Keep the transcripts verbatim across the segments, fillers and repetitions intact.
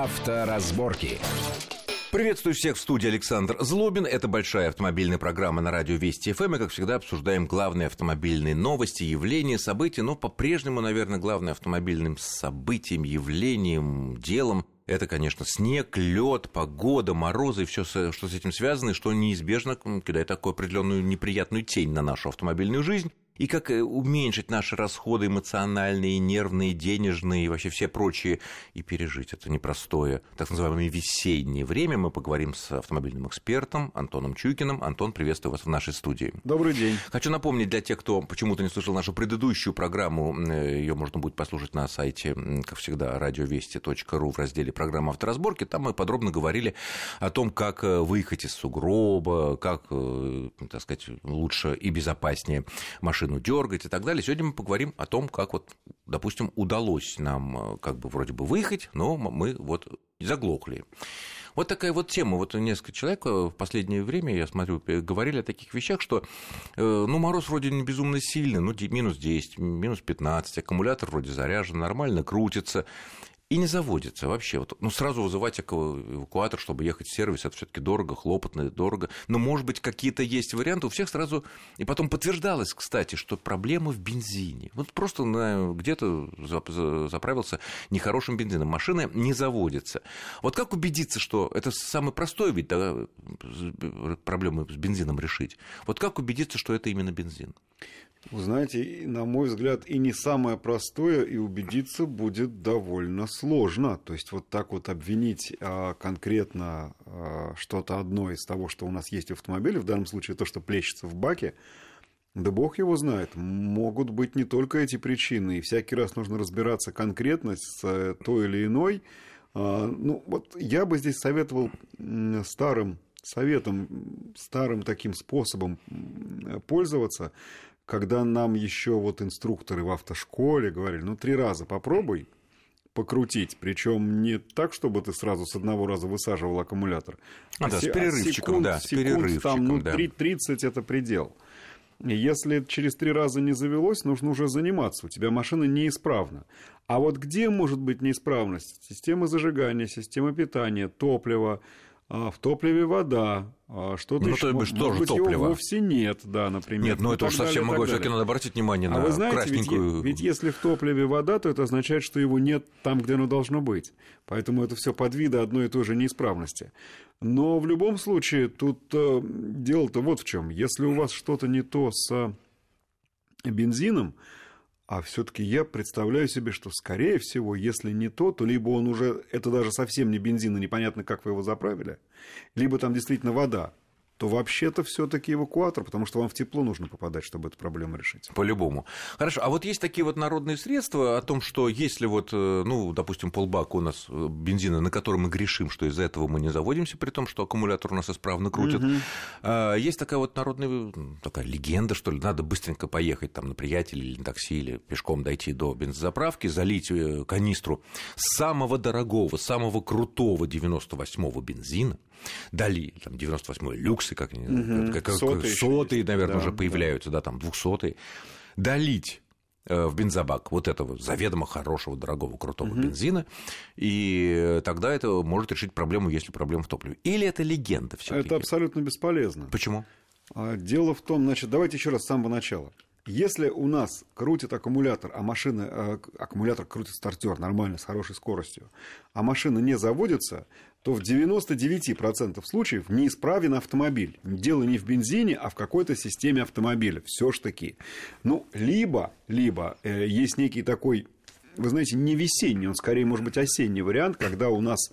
Авторазборки. Приветствую всех в студии Александр Злобин. Это большая автомобильная программа на радио Вести ФМ. И, как всегда, обсуждаем главные автомобильные новости, явления, события. Но по-прежнему, наверное, главным автомобильным событием, явлением, делом — это, конечно, снег, лед, погода, морозы и все, что с этим связано, и что неизбежно кидает такую определенную неприятную тень на нашу автомобильную жизнь. И как уменьшить наши расходы эмоциональные, нервные, денежные и вообще все прочие, и пережить это непростое, так называемое весеннее время. Мы поговорим с автомобильным экспертом Антоном Чуйкиным. Антон, приветствую вас в нашей студии. Добрый день. Хочу напомнить для тех, кто почему-то не слышал нашу предыдущую программу, ее можно будет послушать на сайте, как всегда, радиовести точка ру в разделе «Программа авторазборки». Там мы подробно говорили о том, как выехать из сугроба, как, так сказать, лучше и безопаснее машину дергать и так далее. Сегодня мы поговорим о том, как вот, допустим, удалось нам как бы вроде бы выехать, но мы вот заглохли. Вот такая вот тема. Вот несколько человек в последнее время, я смотрю, говорили о таких вещах, что ну, мороз вроде не безумно сильный, ну, минус десять, минус пятнадцать, аккумулятор вроде заряжен, нормально крутится. И не заводится вообще. Вот, ну, сразу вызывать эвакуатор, чтобы ехать в сервис, это все-таки дорого, хлопотно, дорого. Но, может быть, какие-то есть варианты. У всех сразу... И потом подтверждалось, кстати, что проблема в бензине. Вот просто на... где-то заправился нехорошим бензином. Машина не заводится. Вот как убедиться, что... Это самое простое ведь, да, проблему с бензином решить. Вот как убедиться, что это именно бензин? Вы знаете, на мой взгляд, и не самое простое, и убедиться будет довольно сложно. То есть вот так вот обвинить а, конкретно а, что-то одно из того, что у нас есть в автомобиле, в данном случае то, что плещется в баке, да бог его знает. Могут быть не только эти причины, и всякий раз нужно разбираться конкретно с той или иной. А, ну вот я бы здесь советовал старым советом, старым таким способом пользоваться, когда нам еще вот инструкторы в автошколе говорили, ну, три раза попробуй покрутить, причем не так, чтобы ты сразу с одного раза высаживал аккумулятор, а, а да, с перерывчиком, секунд, да, с секунд, перерывчиком, там, ну, да. тридцать это предел. И если через три раза не завелось, нужно уже заниматься, у тебя машина неисправна. А вот где может быть неисправность? Система зажигания, система питания, топливо, в топливе вода, что-то ну, еще, то, может, что может быть, топливо? Его вовсе нет, да, например. Нет, ну, ну это уж совсем много, все-таки надо обратить внимание а на вы знаете, красненькую... Ведь, ведь если в топливе вода, то это означает, что его нет там, где оно должно быть. Поэтому это все подвиды одной и той же неисправности. Но в любом случае, тут э, дело-то вот в чем. Если у вас что-то не то с бензином, а все-таки я представляю себе, что, скорее всего, если не то, то либо он уже, это даже совсем не бензин, и непонятно, как вы его заправили, либо там действительно вода, то вообще-то все-таки эвакуатор, потому что вам в тепло нужно попадать, чтобы эту проблему решить. По-любому. Хорошо, а вот есть такие вот народные средства о том, что если вот, ну, допустим, полбака у нас бензина, на который мы грешим, что из-за этого мы не заводимся, при том, что аккумулятор у нас исправно крутит, угу. Есть такая вот народная, такая легенда, что ли, надо быстренько поехать там на приятеля или на такси, или пешком дойти до бензозаправки, залить канистру самого дорогого, самого крутого девяносто восьмого бензина, дали там девяносто восьмой люкс, как они, угу. как, сотые, сотые, наверное, да, уже появляются, да, да там двухсотые, долить в бензобак вот этого заведомо хорошего, дорогого, крутого угу. бензина, и тогда это может решить проблему, если проблема в топливе. Или это легенда все-таки? Это абсолютно бесполезно. Почему? Дело в том, значит, давайте еще раз с самого начала. Если у нас крутит аккумулятор, а машина, э, аккумулятор крутит стартер нормально, с хорошей скоростью, а машина не заводится, то в девяносто девять процентов случаев неисправен автомобиль. Дело не в бензине, а в какой-то системе автомобиля. Все ж таки. Ну, либо, либо э, есть некий такой, вы знаете, не весенний, он скорее может быть осенний вариант, когда у нас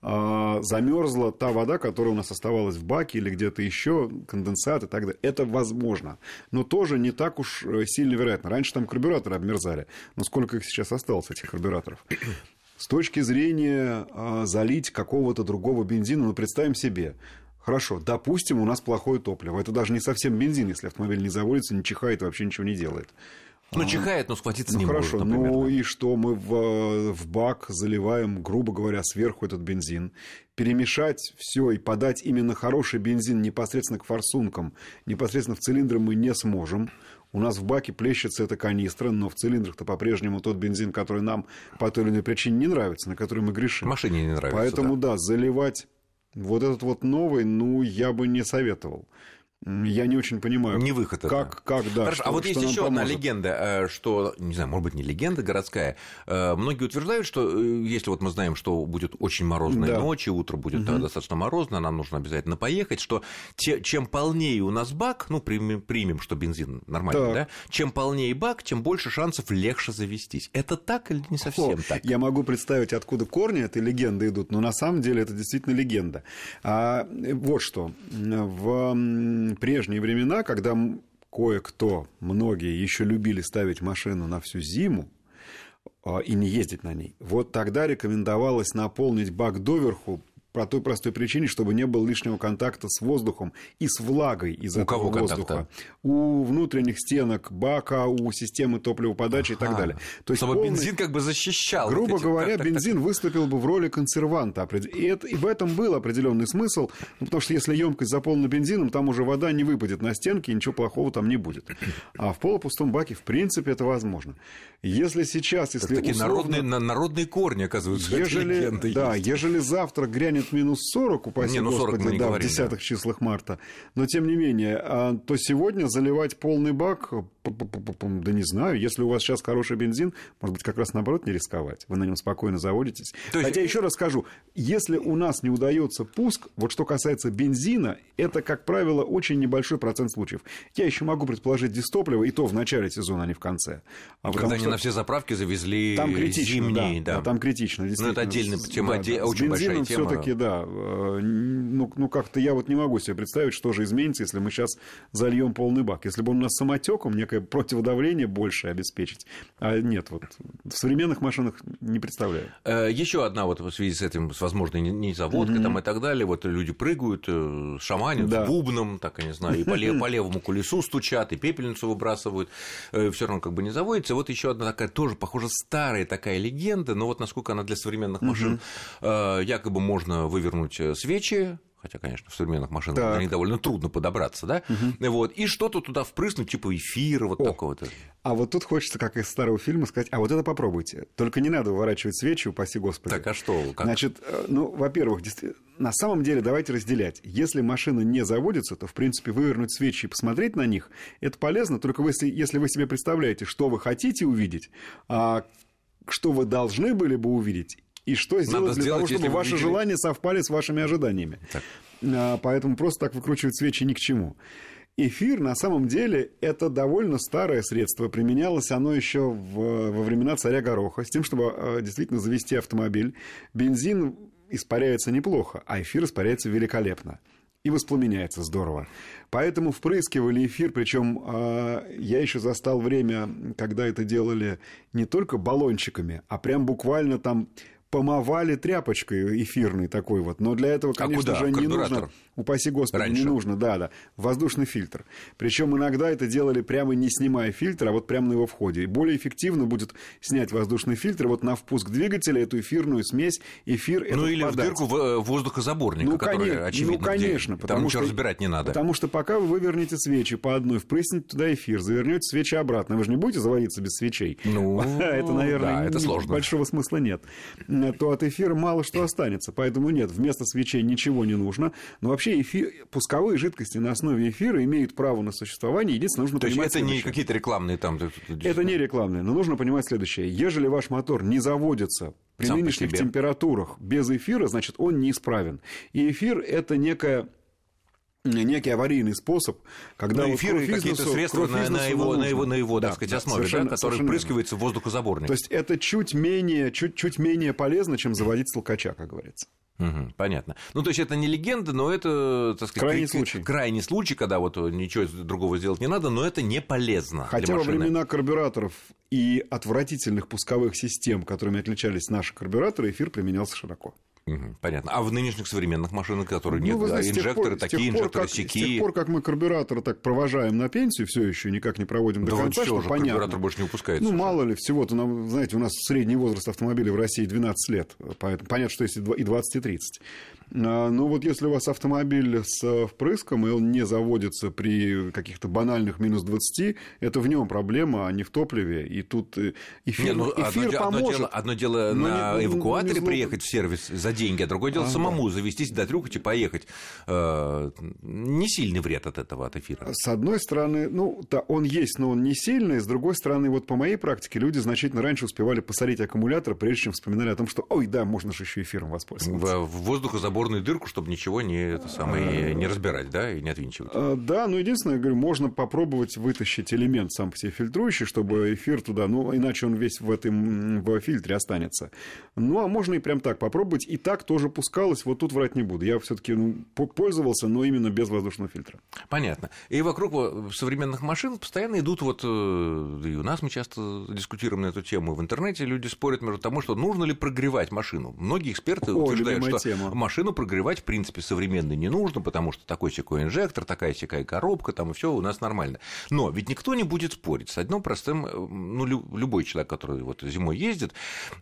замерзла та вода, которая у нас оставалась в баке или где-то еще, конденсат и так далее. Это возможно, но тоже не так уж сильно вероятно. Раньше там карбюраторы обмерзали, но сколько их сейчас осталось, этих карбюраторов? С точки зрения залить какого-то другого бензина, ну, представим себе, хорошо, допустим, у нас плохое топливо, это даже не совсем бензин, если автомобиль не заводится, не чихает и вообще ничего не делает. Ну, чихает, но схватиться ну, не хорошо, может, например. Ну, да. и что мы в, в бак заливаем, грубо говоря, сверху этот бензин, перемешать все и подать именно хороший бензин непосредственно к форсункам, непосредственно в цилиндры мы не сможем. У нас в баке плещется эта канистра, но в цилиндрах-то по-прежнему тот бензин, который нам по той или иной причине не нравится, на который мы грешим. Машине не нравится. Поэтому, да, да заливать вот этот вот новый, ну, я бы не советовал. Я не очень понимаю, не выход как, это. как, да. Хорошо, что, а вот есть еще поможет. одна легенда, что, не знаю, может быть, не легенда городская. Многие утверждают, что если вот мы знаем, что будет очень морозная да. ночь, и утро будет угу. достаточно морозно, нам нужно обязательно поехать, что те, чем полнее у нас бак, ну, примем, примем что бензин нормальный, так. да, чем полнее бак, тем больше шансов легче завестись. Это так или не совсем О, так? Я могу представить, откуда корни этой легенды идут, но на самом деле это действительно легенда. А, вот что. В прежние времена, когда кое-кто, многие еще любили ставить машину на всю зиму и не ездить на ней, вот тогда рекомендовалось наполнить бак доверху по той простой причине, чтобы не было лишнего контакта с воздухом и с влагой из у этого кого воздуха. Контакта? У внутренних стенок бака, у системы топливоподачи ага. и так далее. То есть чтобы полный... бензин как бы защищал. Грубо вот эти... говоря, так, так, бензин так. выступил бы в роли консерванта. И, это, и в этом был определенный смысл, ну, потому что если емкость заполнена бензином, там уже вода не выпадет на стенки, и ничего плохого там не будет. А в полупустом баке, в принципе, это возможно. Если сейчас... Если такие условно... народные, народные корни, оказываются. Ежели, да, есть. ежели завтра грянет минус сорок, упаси не, ну Господи, да, говорим, в десятых да. числах марта, но тем не менее, то сегодня заливать полный бак, да не знаю, если у вас сейчас хороший бензин, может быть, как раз наоборот не рисковать, вы на нем спокойно заводитесь. То есть... Хотя, еще раз скажу, если у нас не удается пуск, вот что касается бензина, это, как правило, очень небольшой процент случаев. Я еще могу предположить дистопливо, и то в начале сезона, а не в конце. А когда они на все заправки завезли там критично, зимние. Да, да. да, там критично. Но это отдельная тема, да, очень большая тема. Все-таки, да, ну, ну как-то я вот не могу себе представить, что же изменится, если мы сейчас зальем полный бак. Если бы он у нас самотеком, некое противодавление больше обеспечить. А нет, вот в современных машинах не представляю. Еще одна вот в связи с этим, с возможной незаводкой mm-hmm. там и так далее, вот люди прыгают, шаманят да. с бубном, так я не знаю, и по, лев, по левому колесу стучат, и пепельницу выбрасывают, все равно как бы не заводится. Вот еще одна такая тоже, похоже, старая такая легенда, но вот насколько она для современных машин, mm-hmm. якобы можно вывернуть свечи, хотя, конечно, в современных машинах так. они довольно трудно подобраться, да, угу. вот, и что-то туда впрыснуть, типа эфира вот О, такого-то. А вот тут хочется, как из старого фильма, сказать, а вот это попробуйте, только не надо выворачивать свечи, упаси Господи. Так, а что? Как? Значит, ну, во-первых, на самом деле давайте разделять. Если машина не заводится, то, в принципе, вывернуть свечи и посмотреть на них, это полезно, только если, если вы себе представляете, что вы хотите увидеть, а что вы должны были бы увидеть, и что сделать Надо для сделать, того, чтобы ваши видели... желания совпали с вашими ожиданиями. Так. Поэтому просто так выкручивать свечи ни к чему. Эфир, на самом деле, это довольно старое средство. Применялось оно еще в, во времена царя Гороха, с тем, чтобы действительно завести автомобиль. Бензин испаряется неплохо, а эфир испаряется великолепно. И воспламеняется здорово. Поэтому впрыскивали эфир, причем э, я еще застал время, когда это делали не только баллончиками, а прям буквально там помывали тряпочкой эфирной такой вот. Но для этого, конечно а же, не нужно... Упаси Господи, Раньше. не нужно, да, да. Воздушный фильтр. Причем иногда это делали прямо не снимая фильтр, а вот прямо на его входе. И более эффективно будет снять воздушный фильтр вот на впуск двигателя, эту эфирную смесь, эфир... Ну или подать. в дырку воздухозаборника, ну, который, конечно, очевидно, ну, конечно, где... потому там что, ничего разбирать не надо. Потому что пока вы вывернете свечи по одной, впрыснете туда эфир, завернете свечи обратно, вы же не будете заводиться без свечей. Ну, это, наверное, да, это сложно. Большого смысла нет. То от эфира мало что останется. Поэтому нет, вместо свечей ничего не нужно. Но вообще эфир... Пусковые жидкости на основе эфира имеют право на существование. Единственное, нужно То понимать есть это следующее. не какие-то рекламные там... Это не рекламные, но нужно понимать следующее. Ежели ваш мотор не заводится при Сам нынешних температурах без эфира, значит, он неисправен. И эфир – это некая... некий аварийный способ, когда ну, эфиры вот какие-то средства на, на его, на его, на его да, так сказать, основе, да, который впрыскивается в воздухозаборник. То есть это чуть менее, чуть, чуть менее полезно, чем заводить с толкача, как говорится. Угу, понятно. Ну, то есть это не легенда, но это, так сказать, крайний случай. крайний случай, когда вот ничего другого сделать не надо, но это не полезно. Хотя во времена карбюраторов и отвратительных пусковых систем, которыми отличались наши карбюраторы, эфир применялся широко. Угу, понятно. А в нынешних современных машинах, которые ну, нет, вы знаете, да, инжекторы пор, такие, пор, инжекторы как, сякие. С тех пор, как мы карбюраторы так провожаем на пенсию, все еще никак не проводим да до конца, что уже, понятно. Карбюратор больше не выпускается. Ну, мало ли, всего-то, нам, знаете, у нас средний возраст автомобиля в России двенадцать лет, поэтому понятно, что есть и двадцать, и тридцать. Ну вот если у вас автомобиль с впрыском, и он не заводится при каких-то банальных минус двадцати, это в нем проблема, а не в топливе. И тут эфир, не, ну, эфир одно, поможет. Одно дело, одно дело на не, эвакуаторе не приехать в сервис за деньги, а другое дело а, самому да. завестись, дотрюкать и поехать. Э, не сильный вред от этого, от эфира. С одной стороны, ну, да, он есть, но он не сильный. С другой стороны, вот по моей практике люди значительно раньше успевали посолить аккумулятор, прежде чем вспоминали о том, что, ой, да, можно же еще эфиром воспользоваться. В, в воздухозаборную дырку, чтобы ничего не, это самое, не разбирать, да, и не отвинчивать. А, да, ну, единственное, я говорю, можно попробовать вытащить элемент сам по себе фильтрующий, чтобы эфир туда, ну, иначе он весь в этом в фильтре останется. Ну, а можно и прям так попробовать. И так тоже пускалось, вот тут врать не буду. Я все-таки ну, пользовался, но именно без воздушного фильтра. Понятно. И вокруг современных машин постоянно идут вот, и у нас мы часто дискутируем на эту тему, в интернете люди спорят между тому, что нужно ли прогревать машину. Многие эксперты О, утверждают, что тема. машину прогревать, в принципе, современной не нужно, потому что такой-сякой инжектор, такая-сякая коробка, там и все у нас нормально. Но ведь никто не будет спорить с одним простым, ну, любой человек, который вот зимой ездит,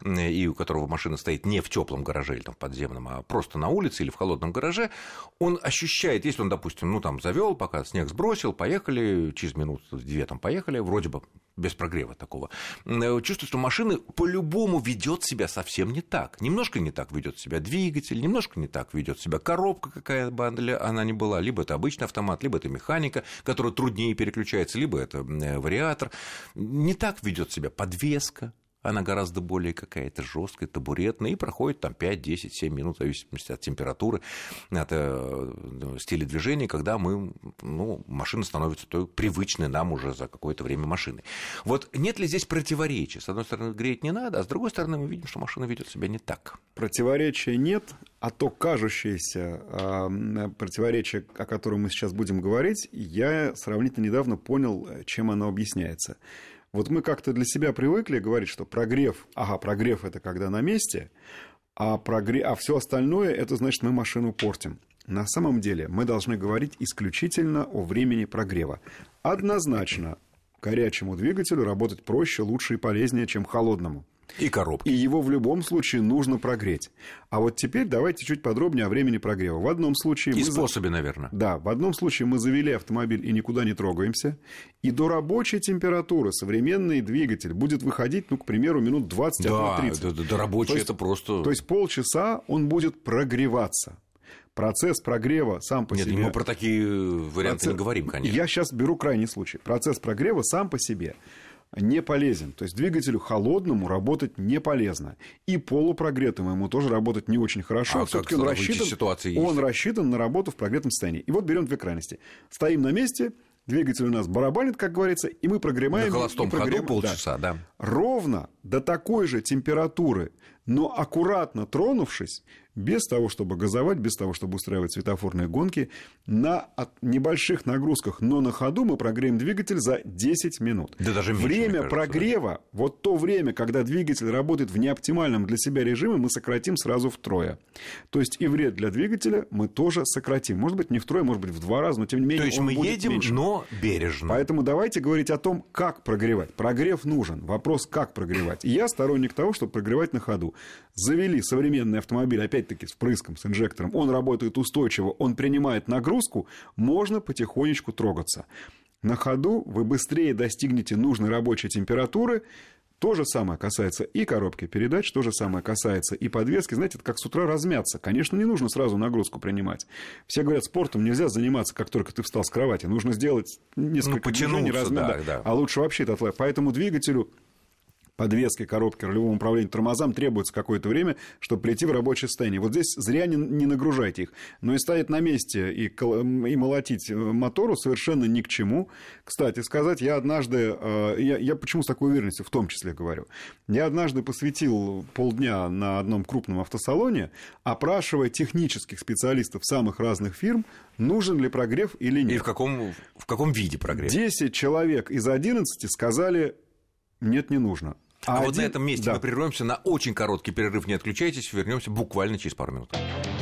и у которого машина стоит не в теплом гараже или там подземном, а просто на улице или в холодном гараже, он ощущает, если он, допустим, ну, там, завел, пока снег сбросил, поехали, через минуту-две там поехали, вроде бы без прогрева такого, чувствует, что машина по-любому ведет себя совсем не так. Немножко не так ведет себя двигатель, немножко не так ведет себя коробка, какая бы она ни была. Либо это обычный автомат, либо это механика, которая труднее переключается, либо это вариатор. Не так ведет себя подвеска. Она гораздо более какая-то жесткая, табуретная, и проходит там пять, десять, семь минут, в зависимости от температуры, от э, стиля движения, когда мы, ну, машина становится той привычной нам уже за какое-то время машиной. Вот нет ли здесь противоречия? С одной стороны, греть не надо, а с другой стороны, мы видим, что машина ведет себя не так. Противоречия нет, а то кажущееся э, противоречие, о котором мы сейчас будем говорить, я сравнительно недавно понял, чем оно объясняется. Вот мы как-то для себя привыкли говорить, что прогрев, ага, прогрев – это когда на месте, а, прогрев, а все остальное – это значит, мы машину портим. На самом деле мы должны говорить исключительно о времени прогрева. Однозначно горячему двигателю работать проще, лучше и полезнее, чем холодному. И коробки. И его в любом случае нужно прогреть. А вот теперь давайте чуть подробнее о времени прогрева. В одном случае... И мы способе, за... наверное. Да, в одном случае мы завели автомобиль и никуда не трогаемся. И до рабочей температуры современный двигатель будет выходить, ну, к примеру, минут двадцать, да, а то тридцать. Да, до, до рабочей это просто... То есть полчаса он будет прогреваться. Процесс прогрева сам по Нет, себе... Нет, мы про такие варианты Процесс... не говорим, конечно. Я сейчас беру крайний случай. Процесс прогрева сам по себе не полезен. То есть двигателю холодному работать не полезно. И полупрогретому ему тоже работать не очень хорошо. А Все-таки он рассчитан, он рассчитан на работу в прогретом состоянии. И вот берем две крайности. Стоим на месте, двигатель у нас барабанит, как говорится, и мы прогреваем... На холостом и прогреваем, ходу полчаса, да. да. Ровно до такой же температуры, но аккуратно тронувшись, без того, чтобы газовать, без того, чтобы устраивать светофорные гонки, на небольших нагрузках, но на ходу мы прогреем двигатель за десять минут. Да даже меньше, время кажется, прогрева, да. вот то время, когда двигатель работает в неоптимальном для себя режиме, мы сократим сразу втрое. То есть и вред для двигателя мы тоже сократим. Может быть, не втрое, может быть, в два раза, но тем не менее. То есть он мы будет едем, меньше. но бережно. Поэтому давайте говорить о том, как прогревать. Прогрев нужен. Вопрос, как прогревать. И я сторонник того, чтобы прогревать на ходу. Завели современный автомобиль, опять-таки, с впрыском, с инжектором, он работает устойчиво, он принимает нагрузку, можно потихонечку трогаться. На ходу вы быстрее достигнете нужной рабочей температуры. То же самое касается и коробки передач, то же самое касается и подвески. Знаете, это как с утра размяться. Конечно, не нужно сразу нагрузку принимать. Все говорят, спортом нельзя заниматься, как только ты встал с кровати. Нужно сделать несколько ну, движений, размять, да, да. А лучше вообще это отложить. Поэтому двигателю, подвеске, коробке, рулевому управлению, тормозам требуется какое-то время, чтобы прийти в рабочее состояние. Вот здесь зря не, не нагружайте их. Но и стоять на месте и, и молотить мотору совершенно ни к чему. Кстати сказать, я однажды, я, я почему с такой уверенностью в том числе говорю, я однажды посвятил полдня на одном крупном автосалоне, опрашивая технических специалистов самых разных фирм, нужен ли прогрев или нет. И в каком, в каком виде прогрев? десять человек из одиннадцати сказали, нет, не нужно. А, а один... вот на этом месте да. мы прервемся на очень короткий перерыв. Не отключайтесь, вернемся буквально через пару минут.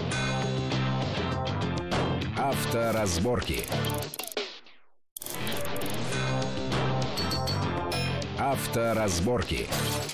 Авторазборки. Авторазборки.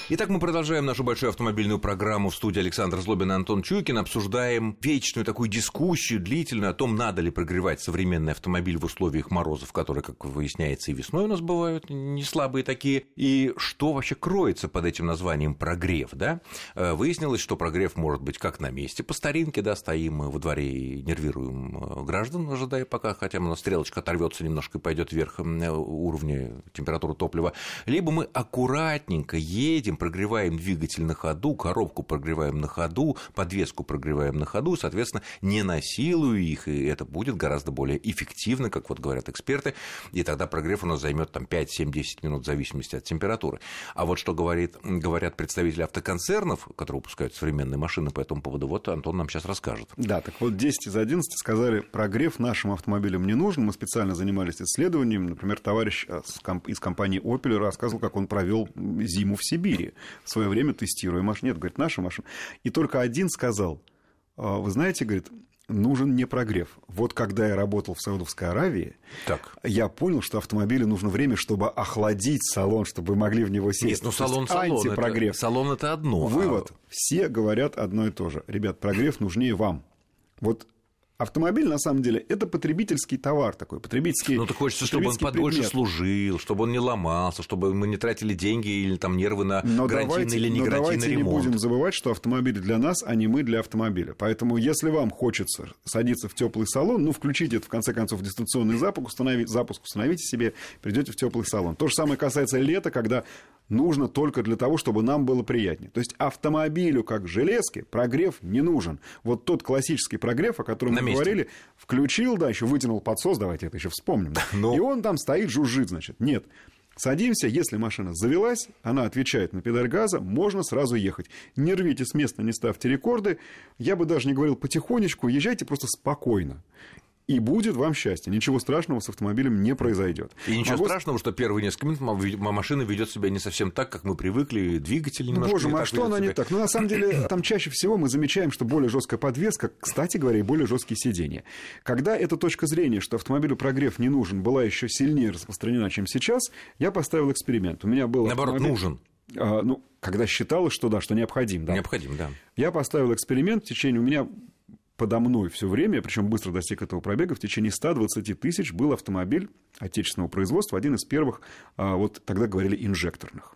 Итак, мы продолжаем нашу большую автомобильную программу. В студии Александр Злобин и Антон Чуйкин. Обсуждаем вечную такую дискуссию, длительную, о том, надо ли прогревать современный автомобиль в условиях морозов, которые, как выясняется, и весной у нас бывают не слабые такие. И что вообще кроется под этим названием прогрев, да? Выяснилось, что прогрев может быть как на месте, по старинке, да, стоим мы во дворе и нервируем граждан, ожидая пока, хотя у нас стрелочка оторвется немножко и пойдет вверх уровня температуры топлива. Либо мы аккуратненько едем, прогреваем двигатель на ходу, коробку прогреваем на ходу, подвеску прогреваем на ходу, соответственно, не насилуя их, и это будет гораздо более эффективно, как вот говорят эксперты, и тогда прогрев у нас займет там пять, семь, десять минут в зависимости от температуры. А вот что говорит, говорят представители автоконцернов, которые выпускают современные машины по этому поводу, вот Антон нам сейчас расскажет. Да, так вот десять из одиннадцати сказали, прогрев нашим автомобилям не нужен, мы специально занимались исследованием, например, товарищ из компании Opel рассказывал, как он провел зиму в Сибири, в свое время тестируя машину. Нет, говорит, наша машина. И только один сказал, вы знаете, говорит, нужен не прогрев. Вот когда я работал в Саудовской Аравии, так. я понял, что автомобилю нужно время, чтобы охладить салон, чтобы вы могли в него сесть. Нет, ну салон, салон, антипрогрев. Это, салон это одно. Вывод. А... Все говорят одно и то же. Ребят, прогрев нужнее вам. Вот автомобиль, на самом деле, это потребительский товар такой, потребительский. Ну, так хочется, чтобы он подольше предмет. служил, чтобы он не ломался, чтобы мы не тратили деньги или там нервы на но гарантийный давайте, или не гарантийный ремонт. Но давайте не будем забывать, что автомобиль для нас, а не мы для автомобиля. Поэтому, если вам хочется садиться в теплый салон, ну, включите это, в конце концов, дистанционный запуск, установите, запуск установите себе, придете в теплый салон. То же самое касается лета, когда нужно только для того, чтобы нам было приятнее. То есть автомобилю, как железке, прогрев не нужен. Вот тот классический прогрев, о котором мы говорили, включил, да, еще вытянул подсос, давайте это еще вспомним. Но... И он там стоит, жужжит, значит. Нет. Садимся, если машина завелась, она отвечает на педаль газа, можно сразу ехать. Не рвите с места, не ставьте рекорды. Я бы даже не говорил потихонечку, езжайте просто спокойно. И будет вам счастье. Ничего страшного с автомобилем не произойдет. И ничего Могу... страшного, что первые несколько минут машина ведет себя не совсем так, как мы привыкли, двигатель немножко ну, боже не мой, так а что она себя. не так? Ну, на самом деле, там чаще всего мы замечаем, что более жесткая подвеска, кстати говоря, и более жесткие сиденья. Когда эта точка зрения, что автомобилю прогрев не нужен, была еще сильнее распространена, чем сейчас, я поставил эксперимент. У меня был Наоборот, автомобиль... нужен. А, ну, когда считалось, что да, что необходим. Да. Необходим, да. Я поставил эксперимент в течение... У меня... подо мной все время, причем быстро достиг этого пробега, в течение ста двадцати тысяч был автомобиль отечественного производства, один из первых, вот тогда говорили, инжекторных.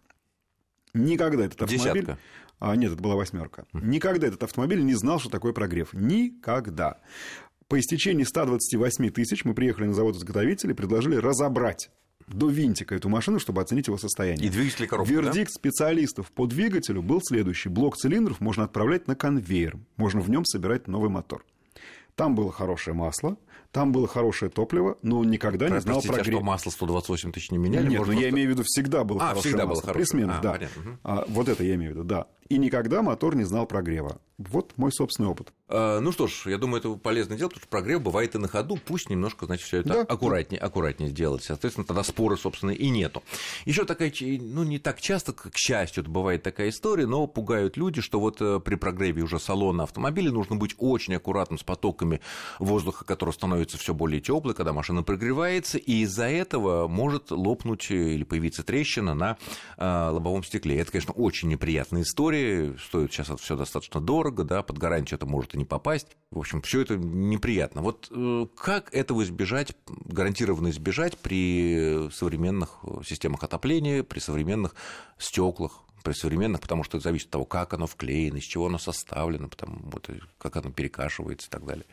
Никогда этот автомобиль... Десятка. А, нет, это была восьмерка. Никогда этот автомобиль не знал, что такое прогрев. Никогда. По истечении ста двадцати восьми тысяч мы приехали на завод-изготовитель и предложили разобрать до винтика эту машину, чтобы оценить его состояние. И двигатель, и коробку, Вердикт да? специалистов по двигателю был следующий. Блок цилиндров можно отправлять на конвейер. Можно в нем собирать новый мотор. Там было хорошее масло, там было хорошее топливо, но он никогда не знал Простите, прогрев. А что, масло сто двадцать восемь тысяч не меняли? Нет, но просто... я имею в виду, всегда было а, хорошее всегда масло. Было хорошее. При сменах, а, да. А, вот это я имею в виду, да. И никогда мотор не знал прогрева. Вот мой собственный опыт. А, ну что ж, я думаю, это полезное дело, потому что прогрев бывает и на ходу, пусть немножко, значит, все это да, аккуратнее, да. аккуратнее сделать. Соответственно, тогда споры, собственно, и нету. Еще такая, ну, не так часто, к счастью, это бывает такая история, но пугают люди, что вот при прогреве уже салона автомобиля нужно быть очень аккуратным с потоками воздуха, который становится все более теплый, когда машина прогревается, и из-за этого может лопнуть или появиться трещина на лобовом стекле. Это, конечно, очень неприятная история, стоит сейчас это все достаточно дорого, да, под гарантию это может и не попасть. В общем, все это неприятно. Вот как этого избежать, гарантированно избежать при современных системах отопления, при современных стеклах, при современных, потому что это зависит от того, как оно вклеено, из чего оно составлено, потому, вот, как оно перекашивается и так далее.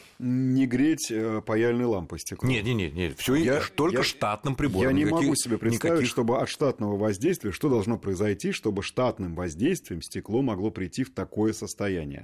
Не греть паяльной лампой стекло. Нет, нет, нет, нет. Все я, только я, штатным прибором. Я не никаких, могу себе представить, никаких... чтобы от штатного воздействия, что должно произойти, чтобы штатным воздействием стекло могло прийти в такое состояние.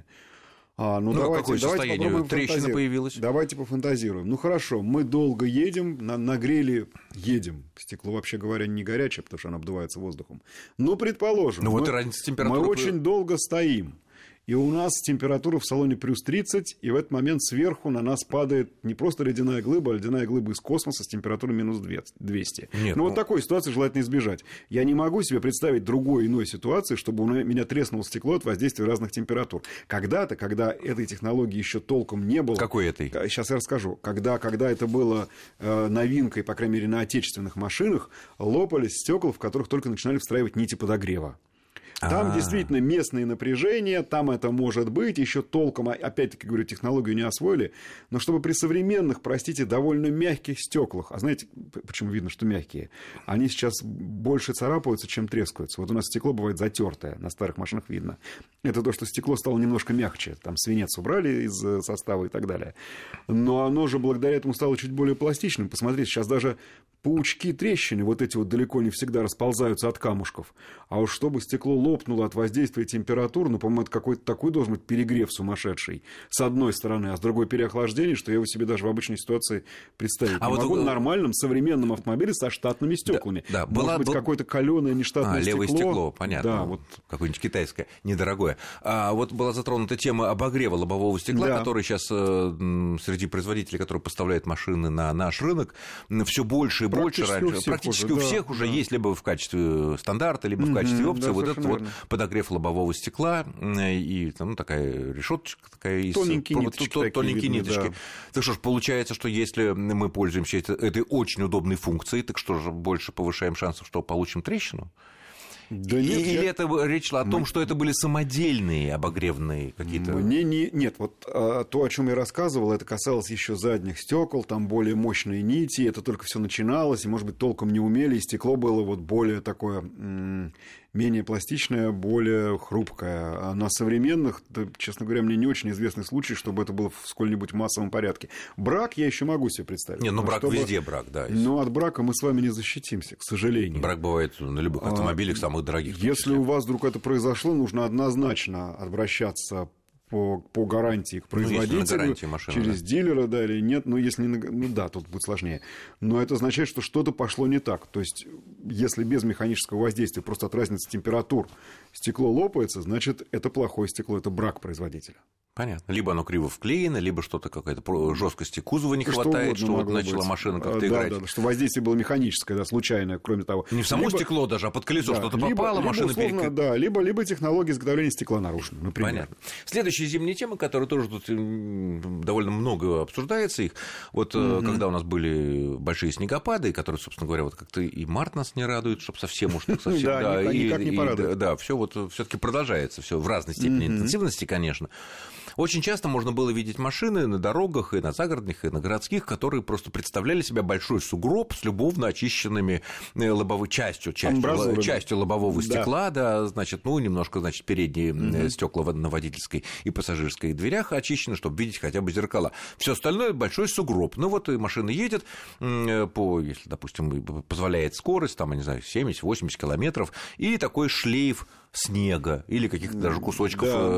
А, ну, ну давайте, какое давайте состояние? Трещина появилась? Давайте пофантазируем. Ну, хорошо, мы долго едем, на, нагрели, едем. Стекло, вообще говоря, не горячее, потому что оно обдувается воздухом. Ну, предположим, ну, мы, вот и разница температуры. Мы очень долго стоим. И у нас температура в салоне плюс тридцать, и в этот момент сверху на нас падает не просто ледяная глыба, а ледяная глыба из космоса с температурой минус двести. Нет, ну, ну, вот такой ситуации желательно избежать. Я не могу себе представить другой иной ситуации, чтобы у меня треснуло стекло от воздействия разных температур. Когда-то, когда этой технологии еще толком не было... Какой этой? Сейчас я расскажу. Когда, когда это было э, новинкой, по крайней мере, на отечественных машинах, лопались стекла, в которых только начинали встраивать нити подогрева. Там А-а-а. действительно местные напряжения, там это может быть, еще толком, опять-таки говорю, технологию не освоили, но чтобы при современных, простите, довольно мягких стеклах, а знаете, почему видно, что мягкие? Они сейчас больше царапаются, чем трескаются. Вот у нас стекло бывает затертое, на старых машинах видно. Это то, что стекло стало немножко мягче, там свинец убрали из состава и так далее. Но оно же благодаря этому стало чуть более пластичным. Посмотрите, сейчас даже паучки трещины, вот эти вот далеко не всегда расползаются от камушков. А уж чтобы стекло лопнуло от воздействия температур, ну, по-моему, это какой-то такой должен быть перегрев сумасшедший. С одной стороны, а с другой переохлаждение, что я его себе даже в обычной ситуации представить а не вот могу. В нормальном современном автомобиле со штатными стеклами. Да, да. Может была, быть, был... какое-то каленое нештатное а, стекло. левое стекло, понятно. Да, вот... Какое-нибудь китайское, недорогое. А вот была затронута тема обогрева лобового стекла, да. который сейчас э, среди производителей, которые поставляют машины на наш рынок, все больше и больше раньше. Практически у всех уже, да, уже есть либо в качестве стандарта, либо в качестве mm-hmm, опции, да, вот этот вот подогрев лобового стекла и там, ну, такая решеточка такая из тоненькие ниточки, то, тоненькие видны, ниточки. Да. Так что ж, получается, что если мы пользуемся этой очень удобной функцией, так что же больше повышаем шансов, что получим трещину? Да нет, Или я... это речь шла о том, что это были самодельные обогревные какие-то... Мне не... Нет, вот а, то, о чем я рассказывал, это касалось еще задних стекол, там более мощные нити, это только все начиналось, и, может быть, толком не умели, и стекло было вот более такое... М- менее пластичная, более хрупкая. А на современных, да, честно говоря, мне не очень известный случай, чтобы это было в сколь-нибудь массовом порядке. Брак я еще могу себе представить. Нет, ну брак чтобы... везде брак, да. Но от брака мы с вами не защитимся, к сожалению. Брак бывает на любых автомобилях, а, самых дорогих. Если у вас вдруг это произошло, нужно однозначно обращаться по, по гарантии к производителю, ну, гарантии машины, через да. дилера, да, или нет, ну, если не, ну, да, тут будет сложнее. Но это означает, что что-то пошло не так. То есть, если без механического воздействия, просто от разницы температур стекло лопается, значит, это плохое стекло, это брак производителя. Понятно. Либо оно криво вклеено, либо что-то какая-то жесткости кузова не хватает, что, что вот начала быть. машина как-то да, играть. Да, да, что воздействие было механическое, да, случайное, кроме того. Не в само либо... стекло даже, а под колесо да, что-то либо, попало, либо, машина условно, перек... Да, либо, либо технология изготовления стекла нарушена, например. Понятно. Следующая зимняя тема, которая тоже тут довольно много обсуждается, их. Вот mm-hmm. когда у нас были большие снегопады, которые, собственно говоря, вот как-то и март нас не радует, чтобы совсем уж совсем. Да, никак не порадует. Да, все вот все-таки продолжается, все в разной степени интенсивности, конечно. Очень часто можно было видеть машины на дорогах и на загородных, и на городских, которые просто представляли себя большой сугроб с любовно очищенными лобовой частью, частью, частью лобового да. стекла, да, значит, ну, немножко, значит, передние mm-hmm. стекла на водительской и пассажирской дверях очищены, чтобы видеть хотя бы зеркала. Все остальное большой сугроб. Ну, вот машина едет по, если, допустим, позволяет скорость, там, я не знаю, семьдесят-восемьдесят километров, и такой шлейф снега или каких-то даже кусочков да,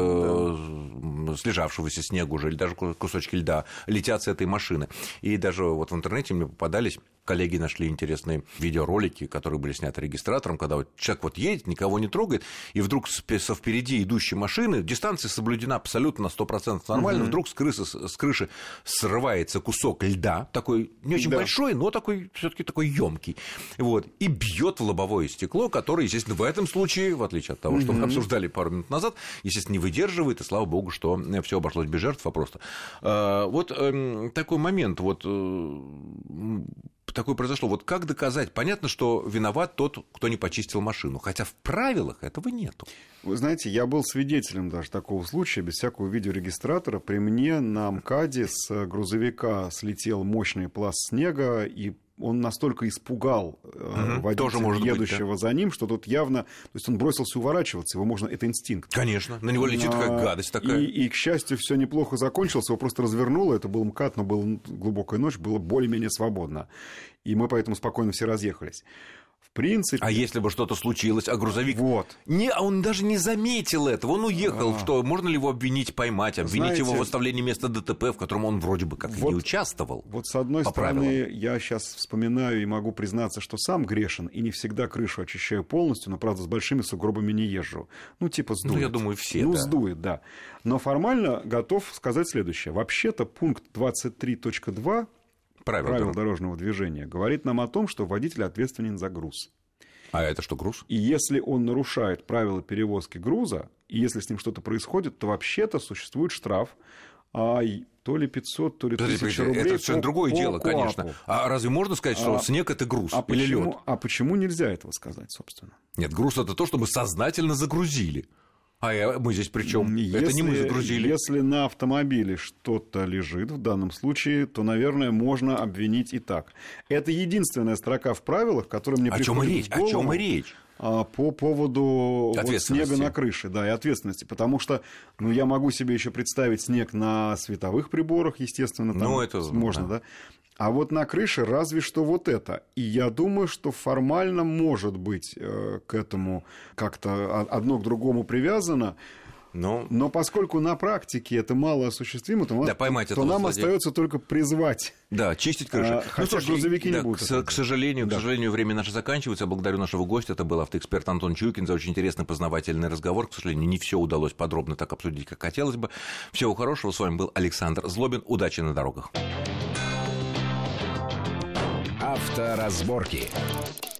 э, да. слежавшегося снега уже, или даже кусочки льда летят с этой машины. И даже вот в интернете мне попадались, коллеги нашли интересные видеоролики, которые были сняты регистратором, когда вот человек вот едет, никого не трогает, и вдруг со впереди идущей машины, дистанция соблюдена абсолютно на сто процентов нормально, угу. вдруг с крыши, с крыши срывается кусок льда, такой не очень да. большой, но такой все-таки такой емкий, вот, и бьет в лобовое стекло, которое, естественно, в этом случае, в отличие от того, что мы обсуждали пару минут назад, естественно, не выдерживает, и слава богу, что все обошлось без жертв, а просто. Вот такой момент, вот такое произошло. Вот как доказать? Понятно, что виноват тот, кто не почистил машину, хотя в правилах этого нету. Вы знаете, я был свидетелем даже такого случая, без всякого видеорегистратора. При мне на МКАДе с грузовика слетел мощный пласт снега, и он настолько испугал угу, водителя, едущего быть, да. за ним, что тут явно... То есть он бросился уворачиваться, его можно... Это инстинкт. Конечно, на него летит как гадость такая. И, и, к счастью, все неплохо закончилось, его просто развернуло, это был МКАД, но была глубокая ночь, было более-менее свободно. И мы поэтому спокойно все разъехались. В принципе... А если бы что-то случилось, а грузовик... Вот. Не, а он даже не заметил этого, он уехал. А... Что, можно ли его обвинить, поймать, обвинить Знаете, его в оставлении места ДТП, в котором он вроде бы как вот, и не участвовал? Вот с одной стороны, правилам. Я сейчас вспоминаю и могу признаться, что сам грешен, и не всегда крышу очищаю полностью, но, правда, с большими сугробами не езжу. Ну, типа сдует. Ну, я думаю, все, Ну, да. сдует, да. Но формально готов сказать следующее. Вообще-то пункт двадцать три точка два правил, правил дорожного движения говорит нам о том, что водитель ответственен за груз. А это что, груз? И если он нарушает правила перевозки груза, и если с ним что-то происходит, то вообще-то существует штраф а то ли пятьсот, то ли тысяча рублей. Это совершенно по, другое по дело, КОАПу. конечно. А разве можно сказать, что а, снег – это груз а или почему, лед? А почему нельзя этого сказать, собственно? Нет, груз – это то, что мы сознательно загрузили. А я, мы здесь при чем? Это не мы загрузили. Если на автомобиле что-то лежит в данном случае, то, наверное, можно обвинить и так. Это единственная строка в правилах, которая мне о приходит чем речь? в голову. О чем и речь? По поводу вот снега на крыше, да, и ответственности. Потому что, ну, я могу себе еще представить снег на световых приборах, естественно, там ну, это, можно, да. да. А вот на крыше разве что вот это. И я думаю, что формально может быть э, к этому как-то одно к другому привязано. Но, Но поскольку на практике это мало осуществимо, то, да, поймать то нам злодея. Остается только призвать. Да, чистить крыши. А, хотя ну, грузовики да, не будут. К, к, сожалению, да. к сожалению, время наше заканчивается. Я благодарю нашего гостя. Это был автоэксперт Антон Чуйкин за очень интересный познавательный разговор. К сожалению, не все удалось подробно так обсудить, как хотелось бы. Всего хорошего. С вами был Александр Злобин. Удачи на дорогах. Авторазборки.